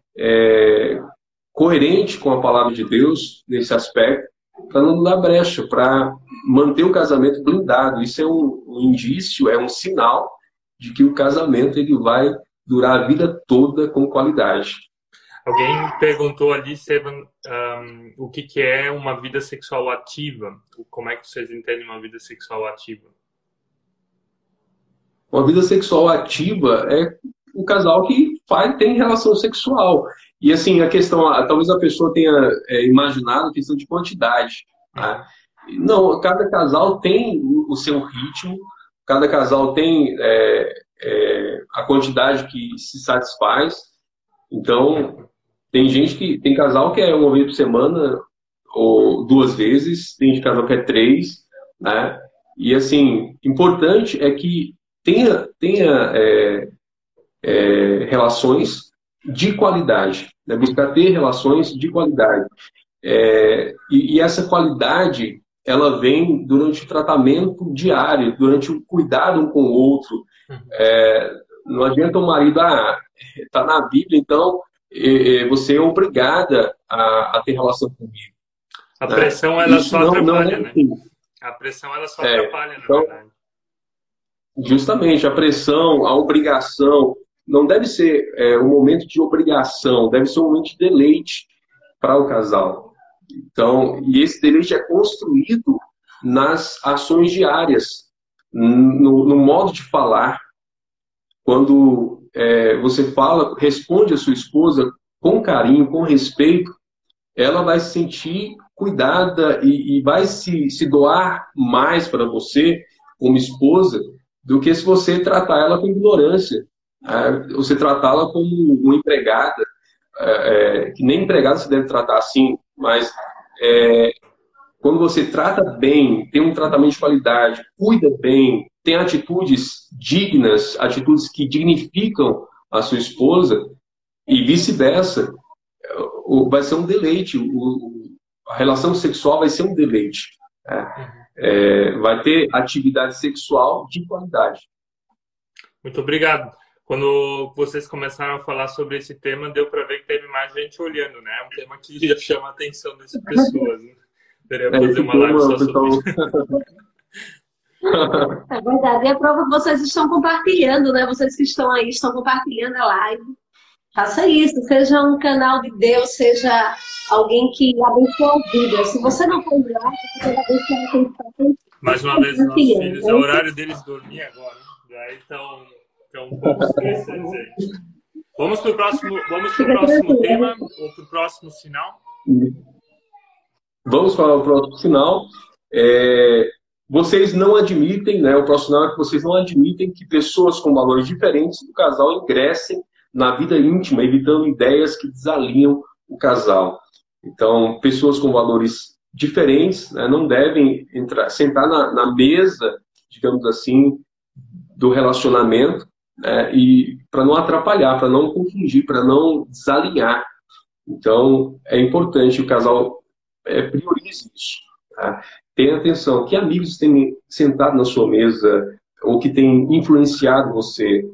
coerente com a palavra de Deus nesse aspecto, para não dar brecha, para manter o casamento blindado. Isso é um indício, é um sinal de que o casamento ele vai durar a vida toda com qualidade. Alguém perguntou ali, Esteban, o que é uma vida sexual ativa? Como é que vocês entendem uma vida sexual ativa? Uma vida sexual ativa é o casal que tem relação sexual. E assim, a questão, talvez a pessoa tenha imaginado a questão de quantidade. Tá? Não, cada casal tem o seu ritmo, cada casal tem a quantidade que se satisfaz. Então, tem casal que é uma vez por semana ou 2 vezes, tem casal que é 3, né? E assim, importante é que tenha relações de qualidade, né? Buscar ter relações de qualidade. E essa qualidade, ela vem durante o tratamento diário, durante o cuidado um com o outro. Não adianta o marido, está na Bíblia, então você é obrigada a ter relação comigo. A pressão, ela isso só atrapalha, né? Assim. A pressão, ela só atrapalha, na verdade. Justamente, a pressão, a obrigação, não deve ser um momento de obrigação, deve ser um momento de deleite para o casal. Então, e esse deleite é construído nas ações diárias, no modo de falar. Quando você responde a sua esposa com carinho, com respeito, ela vai se sentir cuidada e vai se doar mais para você, como esposa, do que se você tratar ela com ignorância. Você tratá-la como uma empregada, que nem empregada se deve tratar assim, mas quando você trata bem, tem um tratamento de qualidade, cuida bem, tem atitudes dignas, atitudes que dignificam a sua esposa, e vice-versa, vai ser um deleite. A relação sexual vai ser um deleite. Vai ter atividade sexual de qualidade. Muito obrigado. Quando vocês começaram a falar sobre esse tema, deu para ver que teve mais gente olhando, né? É um tema que já chama a atenção das pessoas, né? Teria fazer uma live só sobre isso. É verdade. E a prova que vocês estão compartilhando, né? Vocês que estão aí, estão compartilhando a live. Faça isso. Seja um canal de Deus, seja alguém que abençoa a vida. Se você não for lá, você vai abençoar quem está aqui. Mais uma vez, nossos filhos, é o horário deles dormir agora. Daí estão um pouco estressantes aí. Vamos para o próximo tema, ou para o próximo sinal? Vamos para o próximo sinal. Vocês não admitem, né? O próximo sinal é que vocês não admitem que pessoas com valores diferentes do casal ingressem na vida íntima, evitando ideias que desalinham o casal. Então, pessoas com valores diferentes, né, não devem sentar na mesa, digamos assim, do relacionamento, né, e para não atrapalhar, para não confundir, para não desalinhar. Então, é importante o casal priorize isso. Tá? Tenha atenção, que amigos têm sentado na sua mesa ou que têm influenciado você,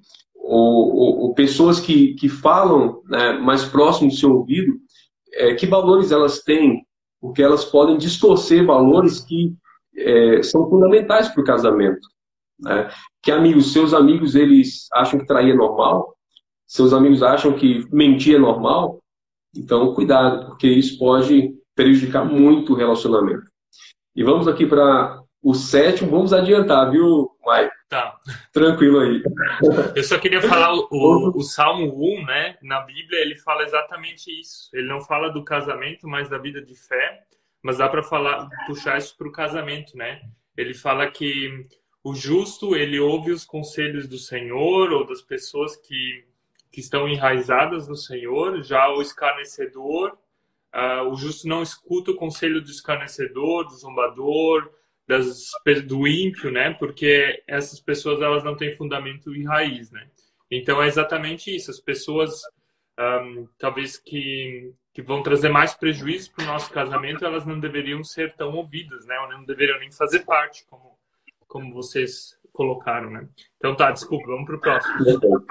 ou pessoas que falam, né, mais próximo do seu ouvido, que valores elas têm, porque elas podem distorcer valores que são fundamentais para o casamento. Né? Que seus amigos, eles acham que trair é normal, seus amigos acham que mentir é normal, então cuidado, porque isso pode prejudicar muito o relacionamento. E vamos aqui para o 7º, vamos adiantar, viu, Maicon? Tá. Tranquilo aí. Eu só queria falar o Salmo 1, né? Na Bíblia ele fala exatamente isso. Ele não fala do casamento, mas da vida de fé. Mas dá para puxar isso para o casamento, né? Ele fala que o justo, ele ouve os conselhos do Senhor ou das pessoas que estão enraizadas no Senhor. Já o escarnecedor, o justo não escuta o conselho do escarnecedor, do zombador, do ímpio, né? Porque essas pessoas, elas não têm fundamento e raiz, né? Então é exatamente isso. As pessoas talvez que vão trazer mais prejuízo para o nosso casamento, elas não deveriam ser tão ouvidas, né? Ou não deveriam nem fazer parte, como vocês colocaram, né? Então tá, desculpa, vamos para o próximo.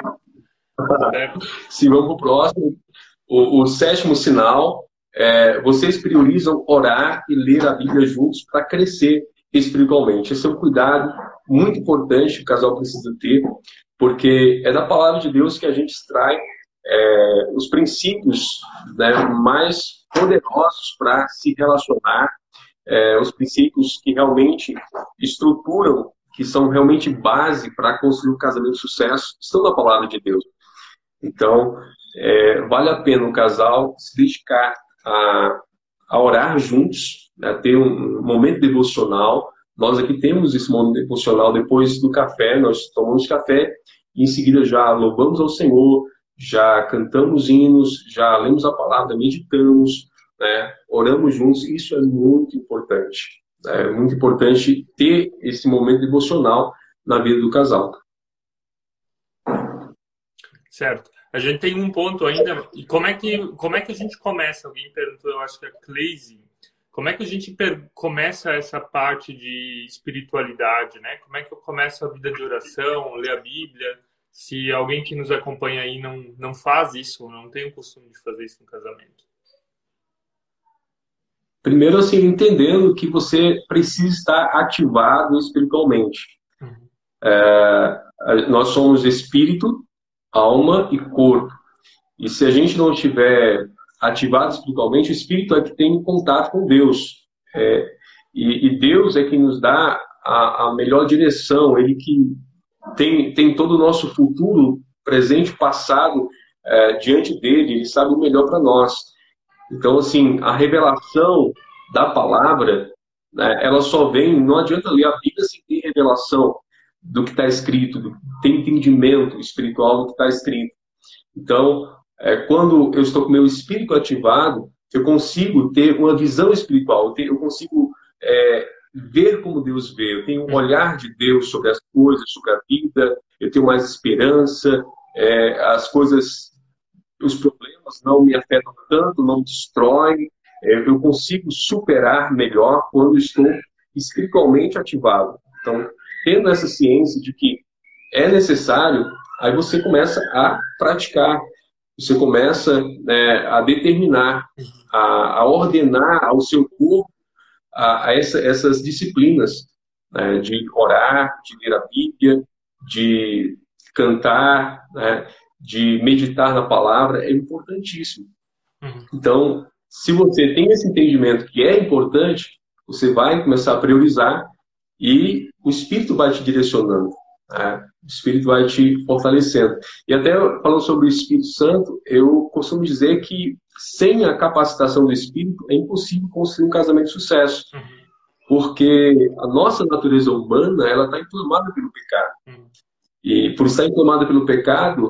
Sim, vamos para o próximo. O 7º sinal, vocês priorizam orar e ler a Bíblia juntos para crescer espiritualmente. Esse é um cuidado muito importante que o casal precisa ter, porque é da palavra de Deus que a gente extrai os princípios, né, mais poderosos para se relacionar, os princípios que realmente estruturam, que são realmente base para construir um casamento de sucesso, estão na palavra de Deus. Então, vale a pena o casal se dedicar a orar juntos, a ter um momento devocional. Nós aqui temos esse momento devocional depois do café, nós tomamos café e em seguida já louvamos ao Senhor, já cantamos hinos, já lemos a palavra, meditamos, né, oramos juntos. Isso é muito importante. É muito importante ter esse momento devocional na vida do casal. Certo. A gente tem um ponto ainda. E como é que a gente começa? Alguém perguntou, eu acho que é Cleise. Como é que a gente começa essa parte de espiritualidade, né? Como é que eu começo a vida de oração, ler a Bíblia? Se alguém que nos acompanha aí não faz isso, não tem o costume de fazer isso no casamento. Primeiro, assim, entendendo que você precisa estar ativado espiritualmente. Nós somos espírito, alma e corpo. E se a gente não estiver ativado espiritualmente, o espírito é que tem contato com Deus. E Deus é que nos dá a melhor direção, Ele que tem todo o nosso futuro, presente e passado diante dele, Ele sabe o melhor para nós. Então, assim, a revelação da palavra, né, ela só vem, não adianta ler a Bíblia sem ter revelação do que está escrito, ter entendimento espiritual do que está escrito. Então, quando eu estou com o meu espírito ativado, eu consigo ter uma visão espiritual, eu consigo ver como Deus vê, eu tenho um olhar de Deus sobre as coisas, sobre a vida, eu tenho mais esperança, as coisas, os problemas não me afetam tanto, não me destroem, eu consigo superar melhor quando estou espiritualmente ativado. Então, tendo essa ciência de que é necessário, aí você começa a praticar, você começa a determinar, a ordenar ao seu corpo essas disciplinas, né, de orar, de ler a Bíblia, de cantar, né, de meditar na palavra, é importantíssimo. Então, se você tem esse entendimento que é importante, você vai começar a priorizar e o Espírito vai te direcionando, né? O Espírito vai te fortalecendo. E até falando sobre o Espírito Santo, eu costumo dizer que sem a capacitação do Espírito é impossível construir um casamento de sucesso. Porque a nossa natureza humana, ela está inflamada pelo pecado. E por estar inflamada pelo pecado,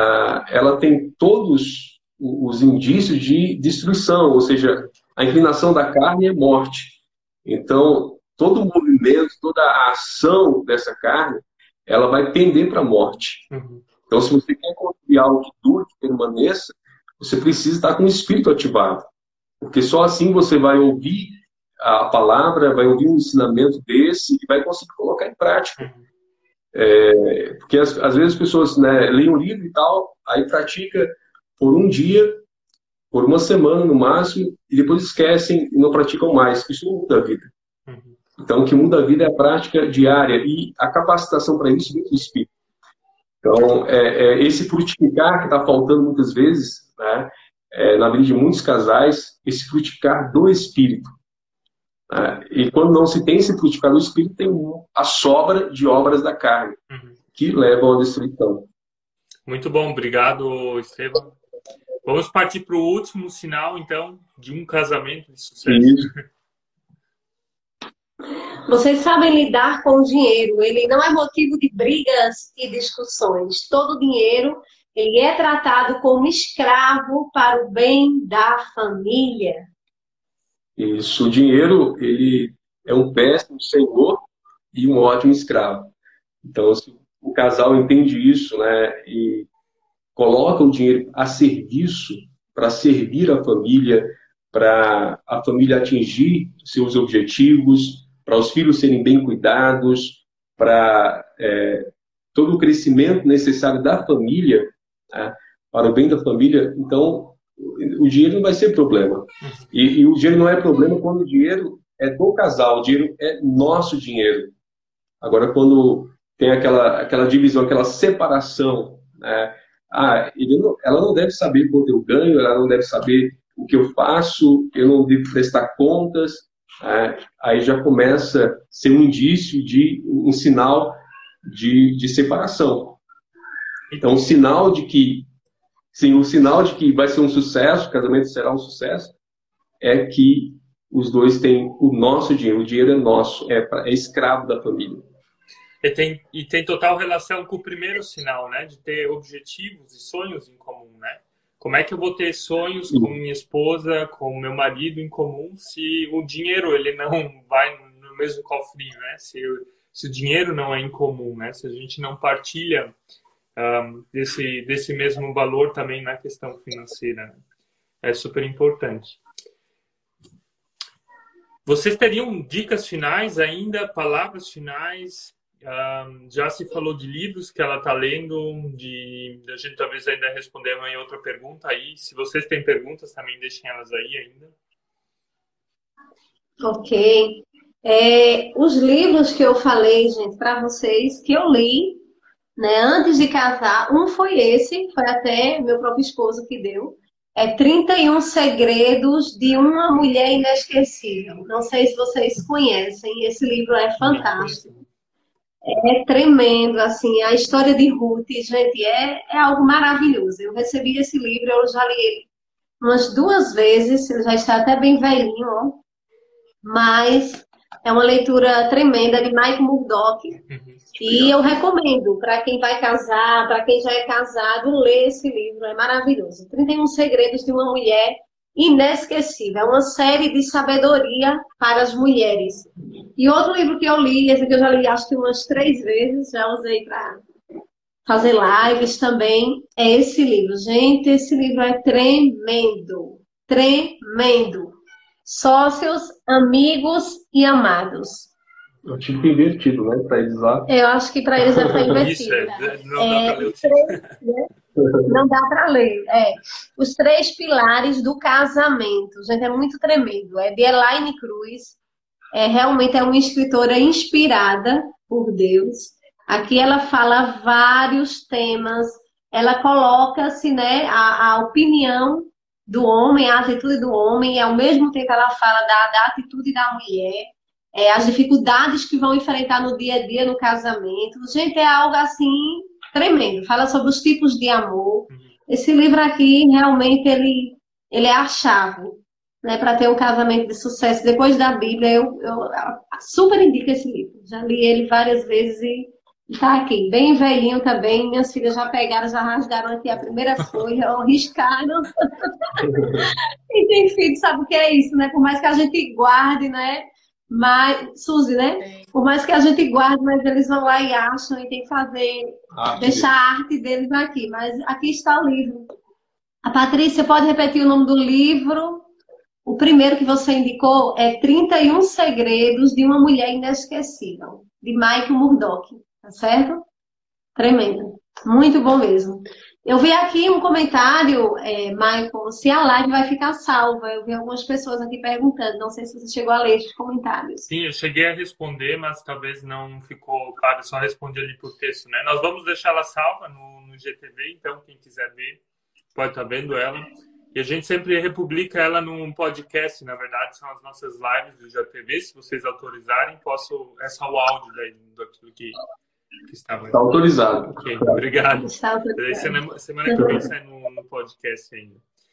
ela tem todos os indícios de destruição, ou seja, a inclinação da carne é morte. Então, todo o movimento, toda a ação dessa carne, ela vai tender para a morte. Então, se você quer construir algo que dure, que permaneça, você precisa estar com o espírito ativado. Porque só assim você vai ouvir a palavra, vai ouvir um ensinamento desse e vai conseguir colocar em prática. Porque às vezes as pessoas, né, leem um livro e tal, aí pratica por um dia, por uma semana no máximo, e depois esquecem e não praticam mais. Isso não muda a vida. Uhum. Então, o que muda a vida é a prática diária e a capacitação para isso vem do Espírito. Então, esse frutificar que está faltando muitas vezes, né, na vida de muitos casais, esse frutificar do Espírito. E quando não se tem esse frutificar do Espírito, tem a sobra de obras da carne, que levam à destruição. Muito bom, obrigado, Estevam. Vamos partir para o último sinal, então, de um casamento de sucesso. Isso. Vocês sabem lidar com o dinheiro. Ele não é motivo de brigas e discussões. Todo dinheiro, ele é tratado como escravo para o bem da família. Isso. O dinheiro, ele é um péssimo senhor e um ótimo escravo. Então, se o casal entende isso, né, e coloca o dinheiro a serviço para servir a família, para a família atingir seus objetivos, para os filhos serem bem cuidados, para todo o crescimento necessário da família, né, para o bem da família, então o dinheiro não vai ser problema. E o dinheiro não é problema quando o dinheiro é do casal, o dinheiro é nosso dinheiro. Agora, quando tem aquela divisão, aquela separação, né, ela não deve saber quanto eu ganho, ela não deve saber o que eu faço, eu não devo prestar contas, aí já começa a ser um indício um sinal de separação. Então, o sinal de que vai ser um sucesso, o casamento será um sucesso, é que os dois têm o nosso dinheiro, o dinheiro é nosso, é escravo da família. E tem total relação com o primeiro sinal, né? De ter objetivos e sonhos em comum, né? Como é que eu vou ter sonhos com minha esposa, com meu marido em comum, se o dinheiro ele não vai no mesmo cofrinho, né? Se o dinheiro não é em comum, né? Se a gente não partilha desse mesmo valor também na questão financeira, né? É super importante. Vocês teriam dicas finais ainda, palavras finais? Já se falou de livros que ela está lendo, a gente talvez ainda responder em outra pergunta aí. Se vocês têm perguntas, também deixem elas aí ainda. Ok. Os livros que eu falei, gente, para vocês, que eu li, né, antes de casar, um foi até meu próprio esposo que deu. 31 Segredos de uma Mulher Inesquecível. Não sei se vocês conhecem, esse livro é fantástico. É tremendo, assim, a história de Ruth, gente, é algo maravilhoso. Eu recebi esse livro, eu já li ele umas 2 vezes, ele já está até bem velhinho, ó. Mas é uma leitura tremenda de Mike Murdock. E eu recomendo para quem vai casar, para quem já é casado, ler esse livro, é maravilhoso. 31 Segredos de uma Mulher Inesquecível. É uma série de sabedoria para as mulheres. E outro livro que eu li, esse que eu já li acho que umas 3 vezes, já usei para fazer lives também, é esse livro. Gente, esse livro é tremendo. Tremendo. Sócios, amigos e amados. Eu tive que invertido, né? Para eles lá. Eu acho que para eles já foi invertido. Não dá para ler. Os 3 pilares do casamento. Gente, é muito tremendo. É de Elaine Cruz. Realmente é uma escritora inspirada por Deus. Aqui ela fala vários temas. Ela coloca-se, né, a opinião do homem, a atitude do homem, e ao mesmo tempo ela fala da atitude da mulher. As dificuldades que vão enfrentar no dia a dia no casamento. Gente, é algo assim tremendo. Fala sobre os tipos de amor. Esse livro aqui, realmente, ele é a chave, né, para ter um casamento de sucesso. Depois da Bíblia, eu super indico esse livro. Já li ele várias vezes e está aqui. Bem velhinho também. Minhas filhas já pegaram, já rasgaram aqui a primeira folha, ou riscaram. E tem filho, sabe o que é isso, né? Por mais que a gente guarde, né? Mas, Suzy, né? Por mais que a gente guarde, mas eles vão lá e acham e tem que fazer, deixar a arte deles aqui. Mas aqui está o livro. A Patrícia, pode repetir o nome do livro? O primeiro que você indicou é 31 Segredos de uma Mulher Inesquecível, de Mike Murdock, tá certo? Tremendo. Muito bom mesmo. Eu vi aqui um comentário, Michael, se a live vai ficar salva. Eu vi algumas pessoas aqui perguntando. Não sei se você chegou a ler esses comentários. Sim, eu cheguei a responder, mas talvez não ficou claro, só respondi ali por texto, né? Nós vamos deixar ela salva no GTV, então quem quiser ver pode estar vendo ela. E a gente sempre republica ela num podcast, na verdade, são as nossas lives do GTV. Se vocês autorizarem, é só o áudio daquilo que estava. Está autorizado. Ok, obrigado. Está autorizado. Semana que vem sai no podcast ainda.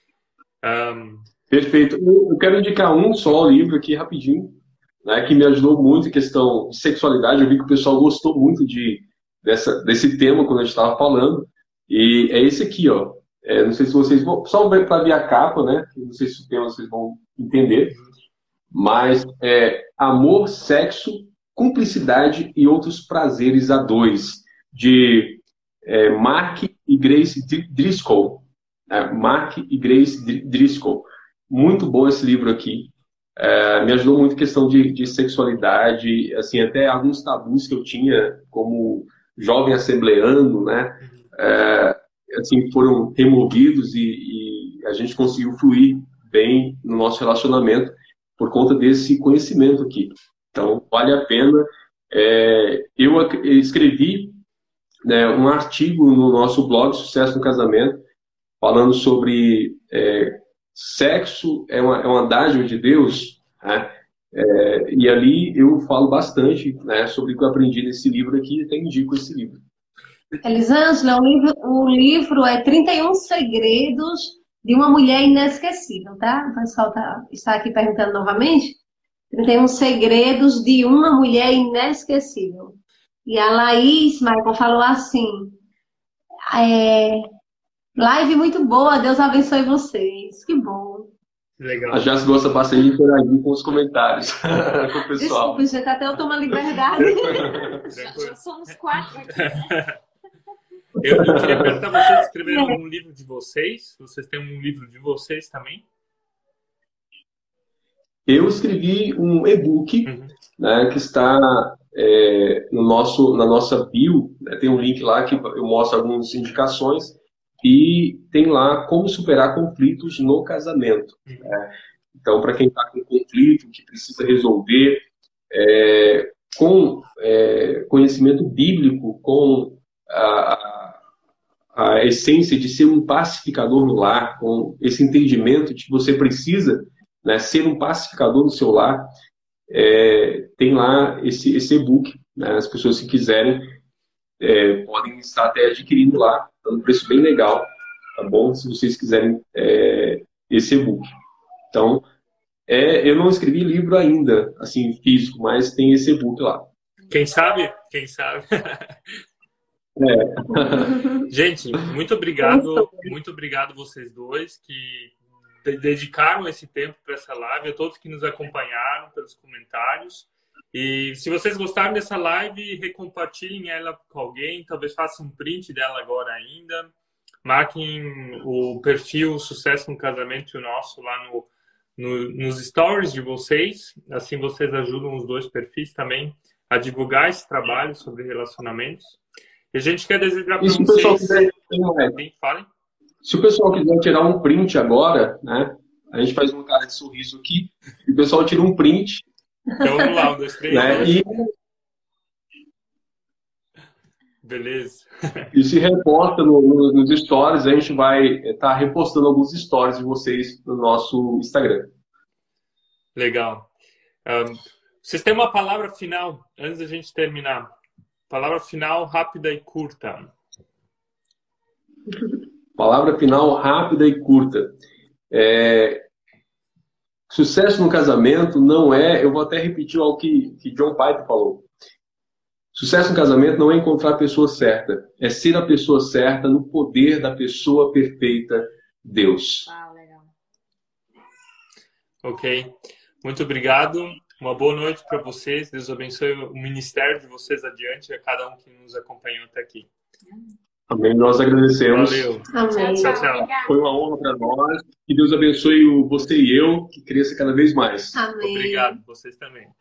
Perfeito. Eu quero indicar um só livro aqui rapidinho, né, que me ajudou muito em questão de sexualidade. Eu vi que o pessoal gostou muito desse tema quando a gente estava falando. E é esse aqui, ó. Não sei se vocês vão. Só para ver a capa, né? Não sei se o tema vocês vão entender. Mas Amor, Sexo, Cumplicidade e Outros Prazeres a Dois, de Mark e Grace Driscoll. Mark e Grace Driscoll. Muito bom esse livro aqui. Me ajudou muito em questão de sexualidade, assim, até alguns tabus que eu tinha como jovem assembleando, né? Assim, foram removidos e a gente conseguiu fluir bem no nosso relacionamento por conta desse conhecimento aqui. Então, vale a pena. Eu escrevi, né, um artigo no nosso blog Sucesso no Casamento, falando sobre sexo é uma dádiva de Deus, né? E ali eu falo bastante, né, sobre o que eu aprendi nesse livro aqui, e até indico esse livro. Elisângela, o livro é 31 Segredos de uma Mulher Inesquecível, tá? O pessoal está aqui perguntando novamente. 31 Segredos de uma Mulher Inesquecível. E a Laís, Michael, falou assim, live muito boa, Deus abençoe vocês. Que bom. Legal. A Jess gosta bastante de interagir com os comentários, com o pessoal. Desculpa, gente, até eu tomo a liberdade. Já somos 4 aqui. Eu queria perguntar a vocês, escreveram um livro de vocês? Vocês têm um livro de vocês também? Eu escrevi um e-book, né, que está na nossa bio, né, tem um link lá que eu mostro algumas indicações, e tem lá como superar conflitos no casamento. Né? Então, para quem está com conflito, que precisa resolver, com conhecimento bíblico, com a essência de ser um pacificador no lar, com esse entendimento de que você precisa, né, ser um pacificador no seu lar, tem lá esse e-book, né, as pessoas que quiserem podem estar até adquirindo lá, dando um preço bem legal, tá bom? Se vocês quiserem esse e-book. Então, eu não escrevi livro ainda, assim, físico, mas tem esse e-book lá. Quem sabe? Quem sabe? Gente, muito obrigado vocês dois que dedicaram esse tempo para essa live, a todos que nos acompanharam pelos comentários. E se vocês gostaram dessa live, recompartilhem ela com alguém, talvez façam um print dela agora ainda, marquem o perfil Sucesso no Casamento nosso lá nos stories de vocês, assim vocês ajudam os dois perfis também a divulgar esse trabalho sobre relacionamentos. E a gente quer desejar para vocês... Falem. Se o pessoal quiser tirar um print agora, né? A gente faz uma cara de sorriso aqui, e o pessoal tira um print. Então vamos lá, 1, 2, 3. Né? Beleza. E se reposta nos stories, a gente vai estar repostando alguns stories de vocês no nosso Instagram. Legal. Vocês têm uma palavra final, antes da gente terminar? Palavra final rápida e curta. Palavra final rápida e curta. Sucesso no casamento não eu vou até repetir algo que John Piper falou. Sucesso no casamento não é encontrar a pessoa certa, é ser a pessoa certa no poder da pessoa perfeita, Deus. Legal. Ok. Muito obrigado. Uma boa noite para vocês. Deus abençoe o ministério de vocês adiante, a cada um que nos acompanhou até aqui. Amém. Nós agradecemos. Valeu. Amém. Tchau. Foi uma honra para nós. Que Deus abençoe você e eu, que cresça cada vez mais. Amém. Obrigado. Vocês também.